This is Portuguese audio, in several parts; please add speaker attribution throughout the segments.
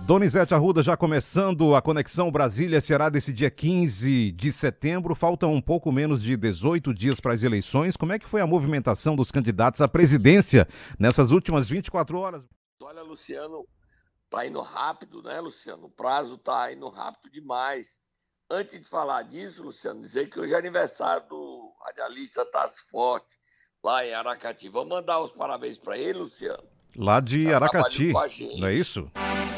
Speaker 1: Donizete Arruda já começando a Conexão Brasília será desse dia 15 de setembro. Faltam um pouco menos de 18 dias para as eleições. Como é que foi a movimentação dos candidatos à presidência nessas últimas 24 horas?
Speaker 2: Olha, Luciano, tá indo rápido, né, Luciano? O prazo tá indo rápido demais. Antes de falar disso, Luciano, dizer que hoje é aniversário do radialista Tasso Forte, lá em Aracati. Vamos mandar os parabéns para ele, Luciano?
Speaker 1: Lá de Aracati,
Speaker 2: com a gente.
Speaker 1: não é isso?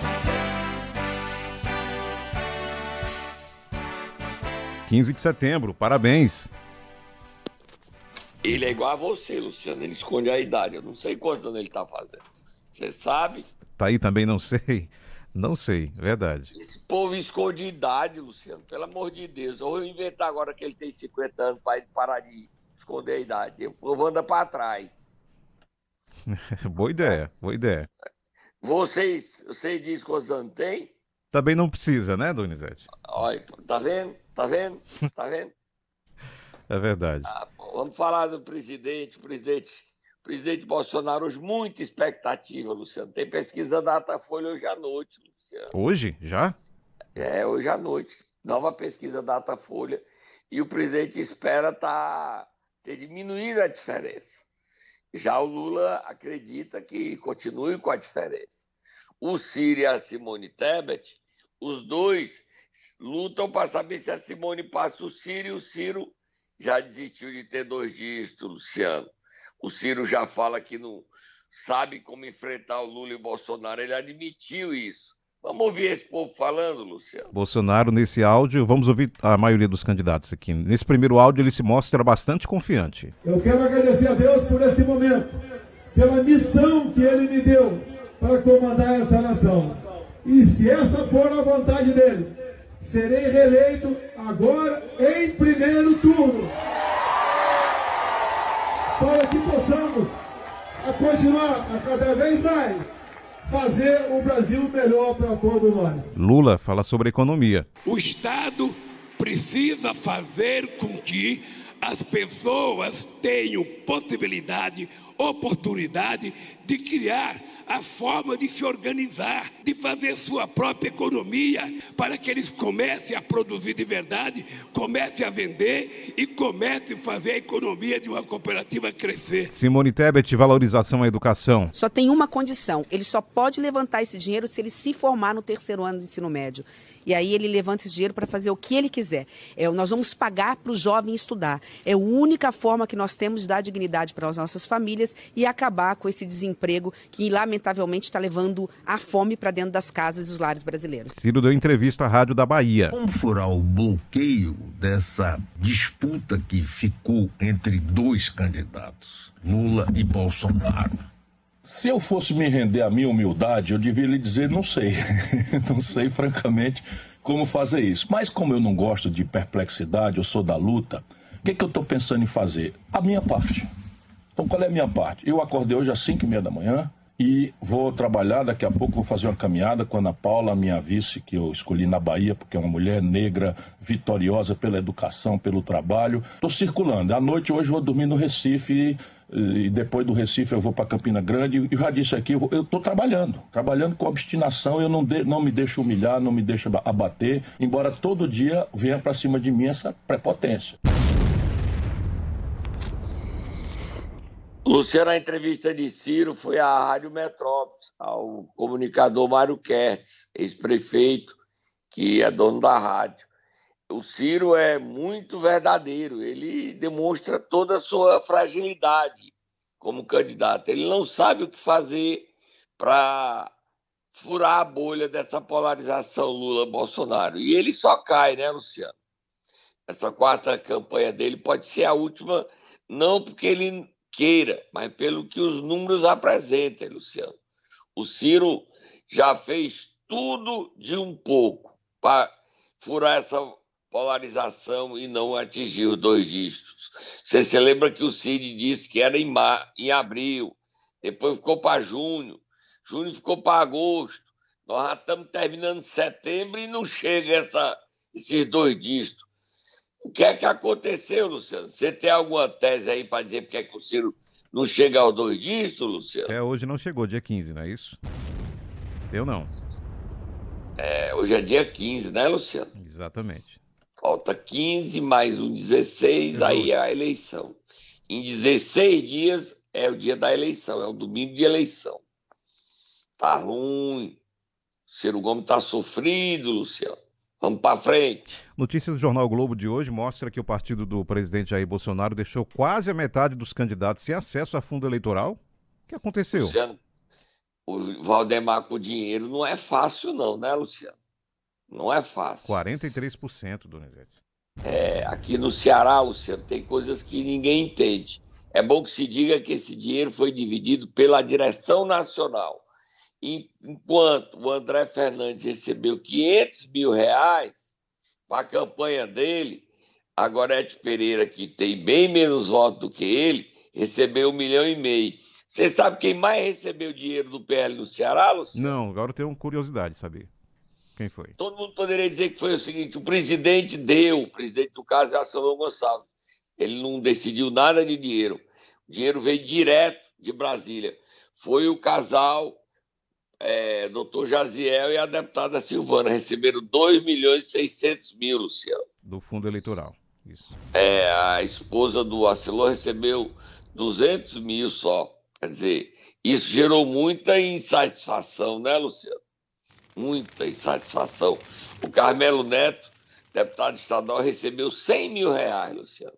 Speaker 1: ...15 de setembro, parabéns.
Speaker 2: Ele é igual a você, Luciano, ele esconde a idade. Eu não sei quantos anos ele tá fazendo. Você sabe?
Speaker 1: Tá aí também, não sei. Não sei, verdade.
Speaker 2: Esse povo esconde idade, Luciano, pelo amor de Deus. Eu vou inventar agora que ele tem 50 anos para ele parar de esconder a idade. O povo anda para trás.
Speaker 1: Boa ideia, boa ideia.
Speaker 2: Você diz quantos anos tem?
Speaker 1: Também não precisa, né, Donizete?
Speaker 2: Olha, tá vendo? Tá vendo? Tá vendo?
Speaker 1: É verdade.
Speaker 2: Vamos falar do presidente. O presidente Bolsonaro, hoje, muita expectativa, Luciano. Tem pesquisa Datafolha hoje à noite, Luciano.
Speaker 1: Hoje? Já?
Speaker 2: Hoje à noite. Nova pesquisa Datafolha. E o presidente espera ter diminuído a diferença. Já o Lula acredita que continue com a diferença. O Ciro e a Simone Tebet, os dois lutam para saber se a Simone passa o Ciro, e o Ciro já desistiu de ter 2 dígitos, Luciano. O Ciro já fala que não sabe como enfrentar o Lula e o Bolsonaro, ele admitiu isso. Vamos ouvir esse povo falando, Luciano?
Speaker 1: Bolsonaro, nesse áudio, vamos ouvir a maioria dos candidatos aqui. Nesse primeiro áudio, ele se mostra bastante confiante.
Speaker 3: Eu quero agradecer a Deus por esse momento, pela missão que ele me deu para comandar essa nação. E se essa for a vontade dele, serei reeleito agora em primeiro turno, para que possamos continuar a cada vez mais fazer o Brasil melhor para todos nós.
Speaker 1: Lula fala sobre economia.
Speaker 4: O Estado precisa fazer com que as pessoas tenham possibilidade, oportunidade de criar a forma de se organizar, de fazer sua própria economia, para que eles comecem a produzir de verdade, comecem a vender e comecem a fazer a economia de uma cooperativa crescer.
Speaker 1: Simone Tebet, valorização à educação.
Speaker 5: Só tem uma condição, ele só pode levantar esse dinheiro se ele se formar no 3º ano do ensino médio. E aí ele levanta esse dinheiro para fazer o que ele quiser. Nós vamos pagar para o jovem estudar. É a única forma que nós temos de dar dignidade para as nossas famílias e acabar com esse desemprego que, lamentavelmente, está levando a fome para dentro das casas e dos lares brasileiros.
Speaker 1: Ciro deu entrevista à Rádio da Bahia.
Speaker 6: Como furar o bloqueio dessa disputa que ficou entre 2 candidatos, Lula e Bolsonaro?
Speaker 7: Se eu fosse me render à minha humildade, eu devia lhe dizer, não sei. Não sei, francamente, como fazer isso. Mas como eu não gosto de perplexidade, eu sou da luta, o que eu estou pensando em fazer? A minha parte. Então, qual é a minha parte? Eu acordei hoje às 5h30 da manhã e vou trabalhar, daqui a pouco vou fazer uma caminhada com a Ana Paula, minha vice, que eu escolhi na Bahia, porque é uma mulher negra, vitoriosa pela educação, pelo trabalho. Estou circulando. À noite, hoje, vou dormir no Recife, e depois do Recife eu vou para Campina Grande, e já disse aqui, eu estou trabalhando com obstinação, eu não me deixo humilhar, não me deixo abater, embora todo dia venha para cima de mim essa prepotência.
Speaker 2: Luciano, a entrevista de Ciro foi à Rádio Metrópolis, ao comunicador Mário Kertz, ex-prefeito, que é dono da rádio. O Ciro é muito verdadeiro, ele demonstra toda a sua fragilidade como candidato. Ele não sabe o que fazer para furar a bolha dessa polarização Lula-Bolsonaro. E ele só cai, né, Luciano? Essa 4ª campanha dele pode ser a última, não porque ele queira, mas pelo que os números apresentam, Luciano. O Ciro já fez tudo de um pouco para furar essa polarização e não atingir os 2 dígitos. Você se lembra que o Cid disse que era em abril, depois ficou para junho ficou para agosto, nós já estamos terminando setembro e não chega esses 2 dígitos. O que é que aconteceu, Luciano? Você tem alguma tese aí para dizer porque é que o Ciro não chega aos 2 dígitos, Luciano?
Speaker 1: Até hoje não chegou, dia 15, não é isso? Eu não.
Speaker 2: Hoje é dia 15, né, Luciano?
Speaker 1: Exatamente.
Speaker 2: Falta 15 mais um 16,
Speaker 1: 18.
Speaker 2: aí é a eleição. Em 16 dias é o dia da eleição, é o domingo de eleição. Tá ruim. Ciro Gomes tá sofrido, Luciano. Vamos para frente.
Speaker 1: Notícias do Jornal Globo de hoje mostra que o partido do presidente Jair Bolsonaro deixou quase a metade dos candidatos sem acesso a fundo eleitoral. O que aconteceu?
Speaker 2: Luciano, o Valdemar com dinheiro não é fácil não, né, Luciano? Não é fácil.
Speaker 1: 43%, Donizete.
Speaker 2: Aqui no Ceará, Luciano, tem coisas que ninguém entende. É bom que se diga que esse dinheiro foi dividido pela direção nacional. Enquanto o André Fernandes recebeu R$500 mil para a campanha dele, a Gorete Pereira, que tem bem menos votos do que ele, recebeu 1,5 milhão. Você sabe quem mais recebeu dinheiro do PL no Ceará, Luciano?
Speaker 1: Não, agora eu tenho curiosidade de saber. Quem foi?
Speaker 2: Todo mundo poderia dizer que foi o seguinte: o presidente deu, o presidente do caso é a Samuel Gonçalves. Ele não decidiu nada de dinheiro. O dinheiro veio direto de Brasília. Foi o casal doutor Jaziel e a deputada Silvana. Receberam 2.600.000, Luciano.
Speaker 1: Do fundo eleitoral, isso.
Speaker 2: A esposa do Arcelor recebeu 200 mil só. Quer dizer, isso gerou muita insatisfação, né, Luciano? Muita insatisfação. O Carmelo Neto, deputado estadual, recebeu R$100 mil, Luciano.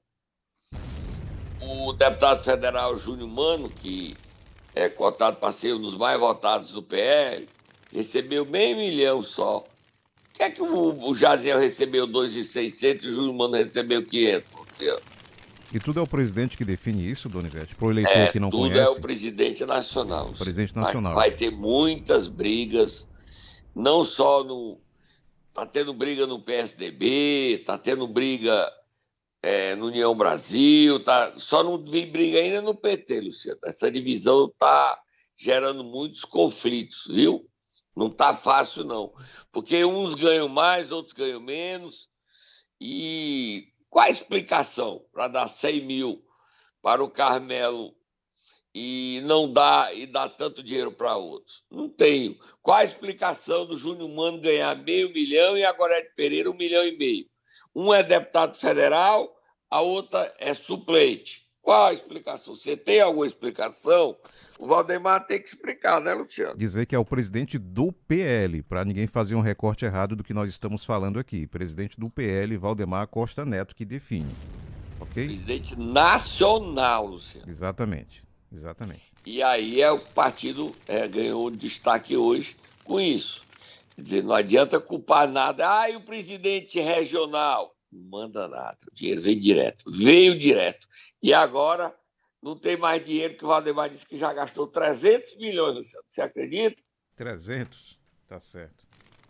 Speaker 2: O deputado federal Júnior Mano, que é cotado para ser um dos mais votados do PL, recebeu R$500 mil só. Por que é que o Jaziel recebeu 2.600 e o Júnior Mano recebeu 500, Luciano?
Speaker 1: E tudo é o presidente que define isso, Donizete? Para o eleitor que não
Speaker 2: tudo
Speaker 1: conhece?
Speaker 2: Tudo é o presidente nacional.
Speaker 1: O presidente nacional.
Speaker 2: Vai ter muitas brigas. Não só no... Está tendo briga no PSDB, está tendo briga no União Brasil, só não vi briga ainda no PT, Luciano. Essa divisão está gerando muitos conflitos, viu? Não está fácil, não. Porque uns ganham mais, outros ganham menos. E qual a explicação para dar 100 mil para o Carmelo e não dar e dar tanto dinheiro para outros? Não tenho. Qual a explicação do Júnior Mano ganhar R$500 mil e a Gorete Pereira R$1,5 milhão? Um é deputado federal, a outra é suplente. Qual a explicação? Você tem alguma explicação? O Valdemar tem que explicar, né, Luciano?
Speaker 1: Dizer que é o presidente do PL, para ninguém fazer um recorte errado do que nós estamos falando aqui. Presidente do PL, Valdemar Costa Neto, que define. Ok?
Speaker 2: Presidente nacional, Luciano.
Speaker 1: Exatamente.
Speaker 2: E aí o partido ganhou destaque hoje com isso. Quer dizer, não adianta culpar nada. E o presidente regional? Não manda nada. O dinheiro veio direto. E agora não tem mais dinheiro, que o Valdemar disse que já gastou 300 milhões, Luciano. Você acredita?
Speaker 1: 300? Tá certo.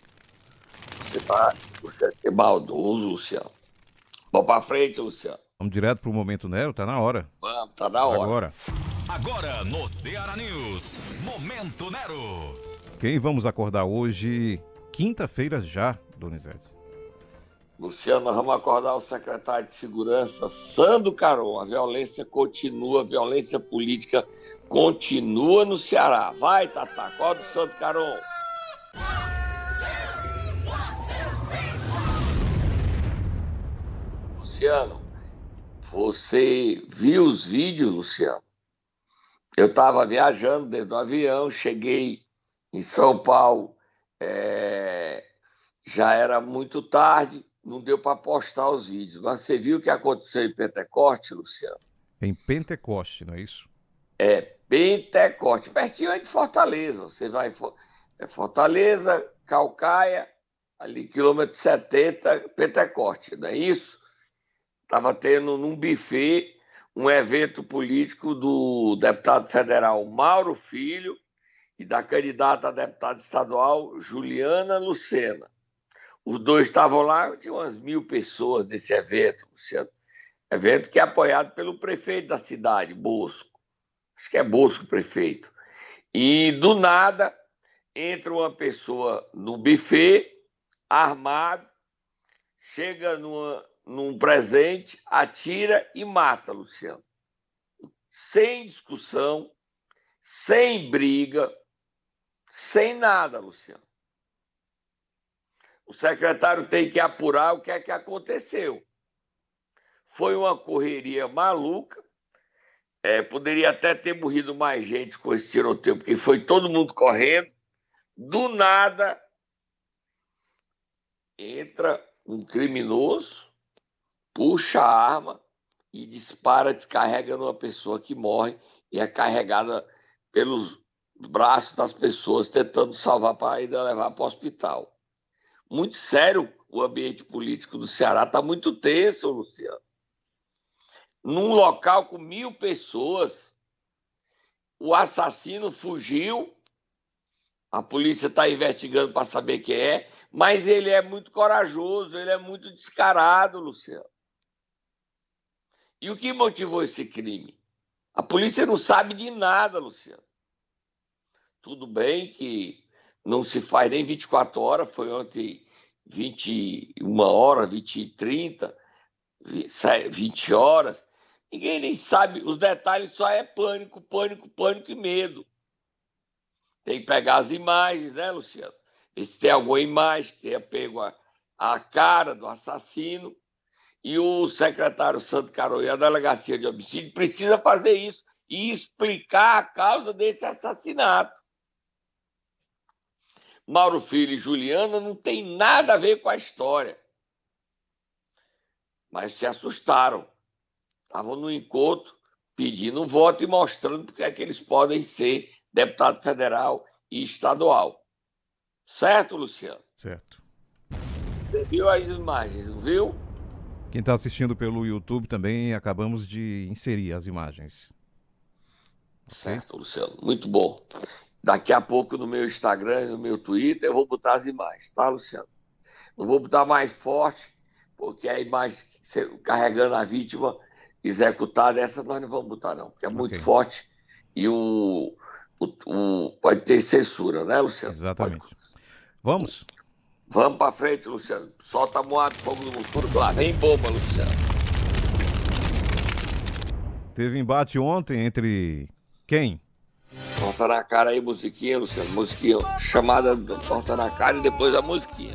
Speaker 2: Você é maldoso, Luciano. Vamos pra frente, Luciano.
Speaker 1: Vamos direto pro Momento Nero? Tá na hora.
Speaker 2: Vamos, tá na hora.
Speaker 8: Agora no Ceará News, Momento Nero.
Speaker 1: Quem vamos acordar hoje, quinta-feira já, Donizete?
Speaker 2: Luciano, nós vamos acordar o secretário de Segurança, Sandro Caron. A violência continua, a violência política continua no Ceará. Vai, Tatá, acorda o Sandro Caron. Luciano, você viu os vídeos, Luciano? Eu estava viajando dentro do avião, cheguei em São Paulo, já era muito tarde, não deu para postar os vídeos. Mas você viu o que aconteceu em Pentecoste, Luciano?
Speaker 1: Em Pentecoste, não é isso?
Speaker 2: Pentecoste, pertinho aí de Fortaleza. Você vai em Fortaleza, Caucaia, ali quilômetro 70, Pentecoste, não é isso? Estava tendo num buffet um evento político do deputado federal Mauro Filho e da candidata a deputada estadual Juliana Lucena. Os dois estavam lá, tinha umas 1.000 pessoas nesse evento, Luciano. Evento que é apoiado pelo prefeito da cidade, Bosco. Acho que é Bosco o prefeito. E, do nada, entra uma pessoa no buffet, armado, chega num presente, atira e mata, Luciano. Sem discussão, sem briga, sem nada, Luciano. O secretário tem que apurar o que é que aconteceu. Foi uma correria maluca. Poderia até ter morrido mais gente com esse tiroteio, porque foi todo mundo correndo. Do nada, entra um criminoso, puxa a arma e dispara, descarrega numa pessoa que morre e é carregada pelos braços das pessoas tentando salvar para ainda levar para o hospital. Muito sério o ambiente político do Ceará, está muito tenso, Luciano. Num local com 1.000 pessoas, o assassino fugiu, a polícia está investigando para saber quem é, mas ele é muito corajoso, ele é muito descarado, Luciano. E o que motivou esse crime? A polícia não sabe de nada, Luciano. Tudo bem que não se faz nem 24 horas, foi ontem 21 horas, 20 e 30, 20 horas. Ninguém nem sabe, os detalhes só é pânico, pânico, pânico e medo. Tem que pegar as imagens, né, Luciano? Ver se tem alguma imagem que tenha pego a cara do assassino. E o secretário Santo Carol e a delegacia de homicídio precisa fazer isso e explicar a causa desse assassinato. Mauro Filho e Juliana não tem nada a ver com a história. Mas se assustaram. Estavam no encontro pedindo um voto e mostrando porque é que eles podem ser deputado federal e estadual. Certo, Luciano?
Speaker 1: Certo.
Speaker 2: Você viu as imagens, não viu?
Speaker 1: Quem está assistindo pelo YouTube também acabamos de inserir as imagens.
Speaker 2: Certo, okay? Luciano. Muito bom. Daqui a pouco no meu Instagram e no meu Twitter eu vou botar as imagens, tá, Luciano? Não vou botar mais forte, porque a imagem carregando a vítima executada, essa nós não vamos botar não, porque é muito forte e pode ter censura, né, Luciano?
Speaker 1: Exatamente. Vamos?
Speaker 2: Vamos para frente, Luciano. Solta a moada, fogo no motor, lá vem bomba, Luciano.
Speaker 1: Teve embate ontem entre quem?
Speaker 2: Torta na cara aí, musiquinha, Luciano. Musiquinha chamada Torta na cara e depois a musiquinha.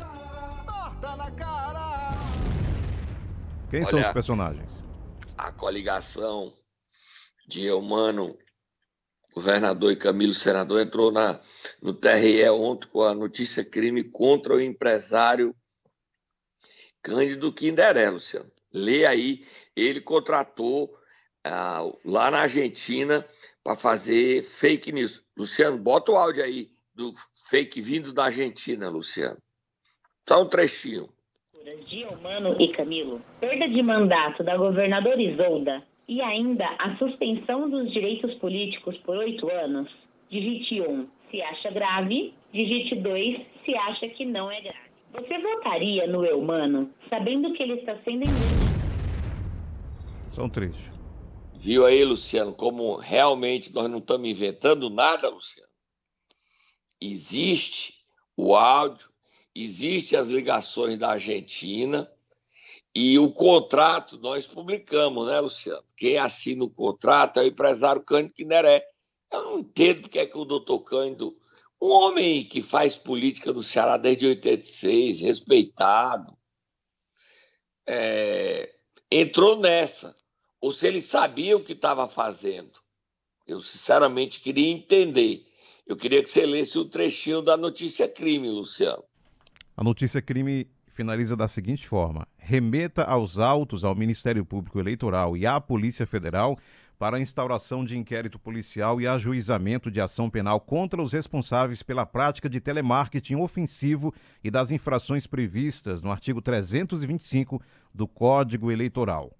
Speaker 1: Quem são os personagens?
Speaker 2: A coligação de Eumano, governador, e Camilo, senador, entrou no TRE ontem com a notícia crime contra o empresário Cândido Kinderé, Luciano. Lê aí, ele contratou lá na Argentina para fazer fake news. Luciano, bota o áudio aí do fake vindo da Argentina, Luciano. Só um trechinho.
Speaker 9: De Eumano e Camilo, perda de mandato da governadora Isolda e ainda a suspensão dos direitos políticos por 8 anos. Digite 1, se acha grave. Digite 2, se acha que não é grave. Você votaria no Eumano sabendo que ele está sendo investigado?
Speaker 1: Só um trecho.
Speaker 2: Viu aí, Luciano, como realmente nós não estamos inventando nada, Luciano? Existe o áudio, existe as ligações da Argentina e o contrato nós publicamos, né, Luciano? Quem assina o contrato é o empresário Cândido Kinderé. Eu não entendo porque é que o doutor Cândido, um homem que faz política no Ceará desde 86, respeitado, entrou nessa. Ou se ele sabia o que estava fazendo. Eu, sinceramente, queria entender. Eu queria que você lesse o trechinho da notícia crime, Luciano.
Speaker 1: A notícia crime finaliza da seguinte forma: remeta aos autos ao Ministério Público Eleitoral e à Polícia Federal para a instauração de inquérito policial e ajuizamento de ação penal contra os responsáveis pela prática de telemarketing ofensivo e das infrações previstas no artigo 325 do Código Eleitoral.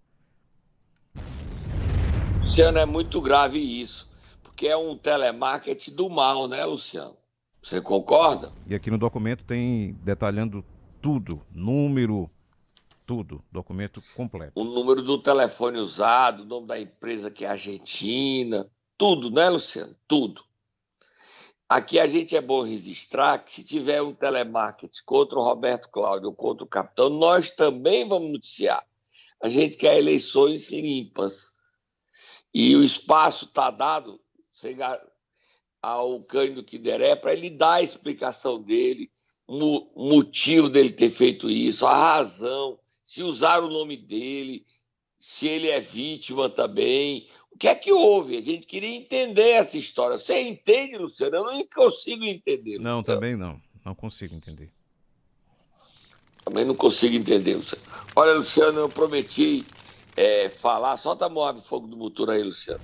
Speaker 2: Luciano, é muito grave isso, porque é um telemarketing do mal, né, Luciano? Você concorda?
Speaker 1: E aqui no documento tem detalhando tudo, número, tudo, documento completo.
Speaker 2: O número do telefone usado, o nome da empresa que é argentina, tudo, né, Luciano? Tudo. Aqui a gente é bom registrar que se tiver um telemarketing contra o Roberto Cláudio ou contra o capitão, nós também vamos noticiar. A gente quer eleições limpas. E o espaço está dado ao Cândido Kinderé para ele dar a explicação dele, motivo dele ter feito isso, a razão, se usaram o nome dele, se ele é vítima também. O que é que houve? A gente queria entender essa história. Você entende, Luciano? Eu não consigo entender, Luciano.
Speaker 1: Não, também não. Não consigo entender.
Speaker 2: Também não consigo entender, Luciano. Olha, Luciano, eu prometi falar. Solta a Moab Fogo do Motor aí, Luciano.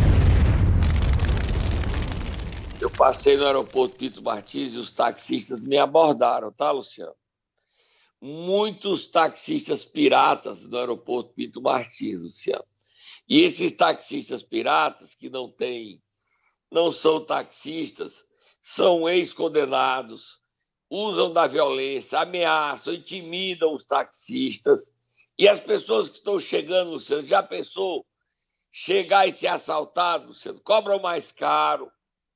Speaker 2: Eu passei no aeroporto Pinto Martins e os taxistas me abordaram, tá, Luciano? Muitos taxistas piratas no aeroporto Pinto Martins, Luciano. E esses taxistas piratas, que não são taxistas, são ex-condenados, usam da violência, ameaçam, intimidam os taxistas. E as pessoas que estão chegando, Luciano, já pensou chegar e ser assaltado, Luciano? Cobram mais caro.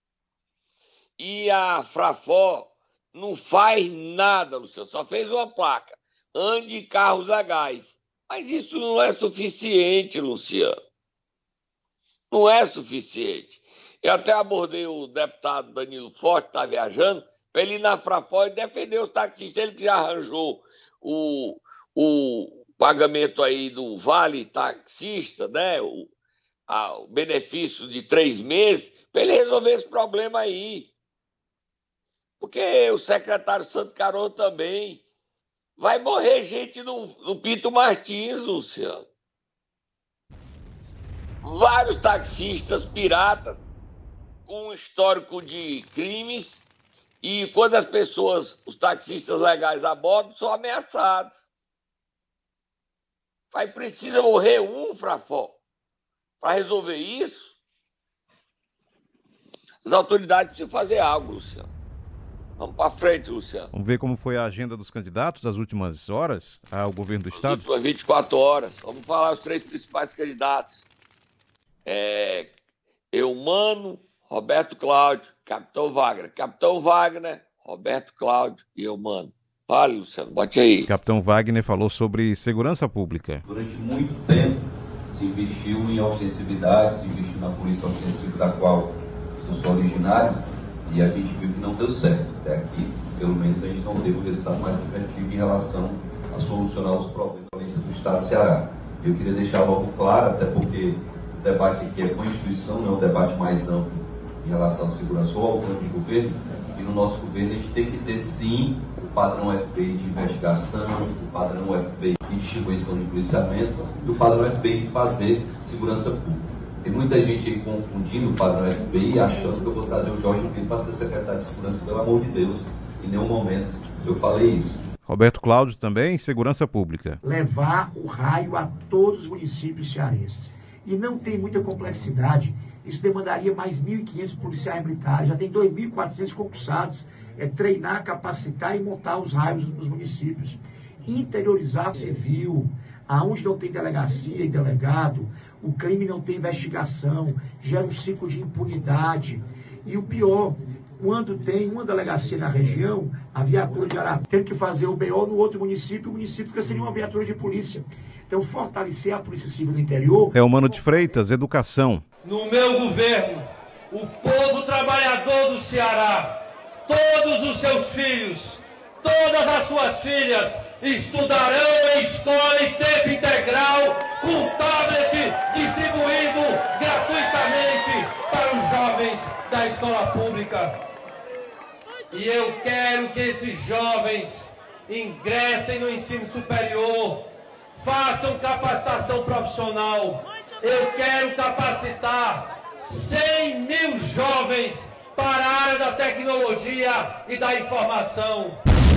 Speaker 2: E a Frafó não faz nada, Luciano, só fez uma placa. Ande em carros legais. Mas isso não é suficiente, Luciano. Não é suficiente. Eu até abordei o deputado Danilo Forte, que está viajando, para ele ir na Frafó e defender os taxistas. Ele que já arranjou o pagamento aí do Vale Taxista, né? O benefício de 3 meses, para ele resolver esse problema aí. Porque o secretário Santo Carol também. Vai morrer gente no Pinto Martins, Luciano. Vários taxistas piratas com um histórico de crimes e quando os taxistas legais abordam, são ameaçados. Aí precisa morrer Frafó, para resolver isso. As autoridades precisam fazer algo, Luciano. Vamos para frente, Luciano.
Speaker 1: Vamos ver como foi a agenda dos candidatos das últimas horas ao governo do Estado?
Speaker 2: As últimas 24 horas. Vamos falar os 3 principais candidatos. Eumano, Roberto Cláudio, Capitão Wagner. Capitão Wagner, Roberto Cláudio e Eumano. Fale, Luciano, bote aí.
Speaker 1: Capitão Wagner falou sobre segurança pública.
Speaker 10: Durante muito tempo se investiu em ostensividade, se investiu na polícia ostensiva da qual eu sou originário. E a gente viu que não deu certo. Até aqui, pelo menos, a gente não teve o resultado mais efetivo em relação a solucionar os problemas do Estado do Ceará. Eu queria deixar logo claro, até porque o debate aqui é com a instituição, não é um debate mais amplo em relação à segurança ou ao plano de governo, e no nosso governo a gente tem que ter, sim, o padrão FBI de investigação, o padrão FBI de distribuição de policiamento e o padrão FBI de fazer segurança pública. Tem muita gente aí confundindo o padrão FBI, achando que eu vou trazer o Jorge Pinto para ser secretário de segurança, pelo amor de Deus. Em nenhum momento eu falei isso.
Speaker 1: Roberto Cláudio também, segurança pública.
Speaker 11: Levar o raio a todos os municípios cearenses. E não tem muita complexidade. Isso demandaria mais 1.500 policiais militares. Já tem 2.400 concursados. É treinar, capacitar e montar os raios nos municípios. Interiorizar o civil. Aonde não tem delegacia e delegado, o crime não tem investigação, gera um ciclo de impunidade. E o pior, quando tem uma delegacia na região, a viatura de Arapiraca tem que fazer o BO no outro município, o município fica sem uma viatura de polícia. Então, fortalecer a Polícia Civil no interior...
Speaker 1: Eumano de Freitas, educação.
Speaker 12: No meu governo, o povo trabalhador do Ceará, todos os seus filhos, todas as suas filhas, estudarão em escola em tempo integral, com tablet distribuído gratuitamente para os jovens da escola pública. E eu quero que esses jovens ingressem no ensino superior, façam capacitação profissional. Eu quero capacitar 100.000 jovens para a área da tecnologia e da informação.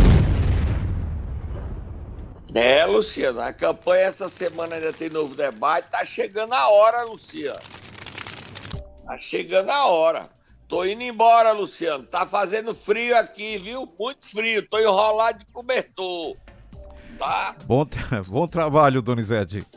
Speaker 2: Luciano, a campanha essa semana ainda tem novo debate. Tá chegando a hora, Luciano. Tá chegando a hora. Tô indo embora, Luciano. Tá fazendo frio aqui, viu? Muito frio. Tô enrolado de cobertor. Tá?
Speaker 1: Bom trabalho, Donizete.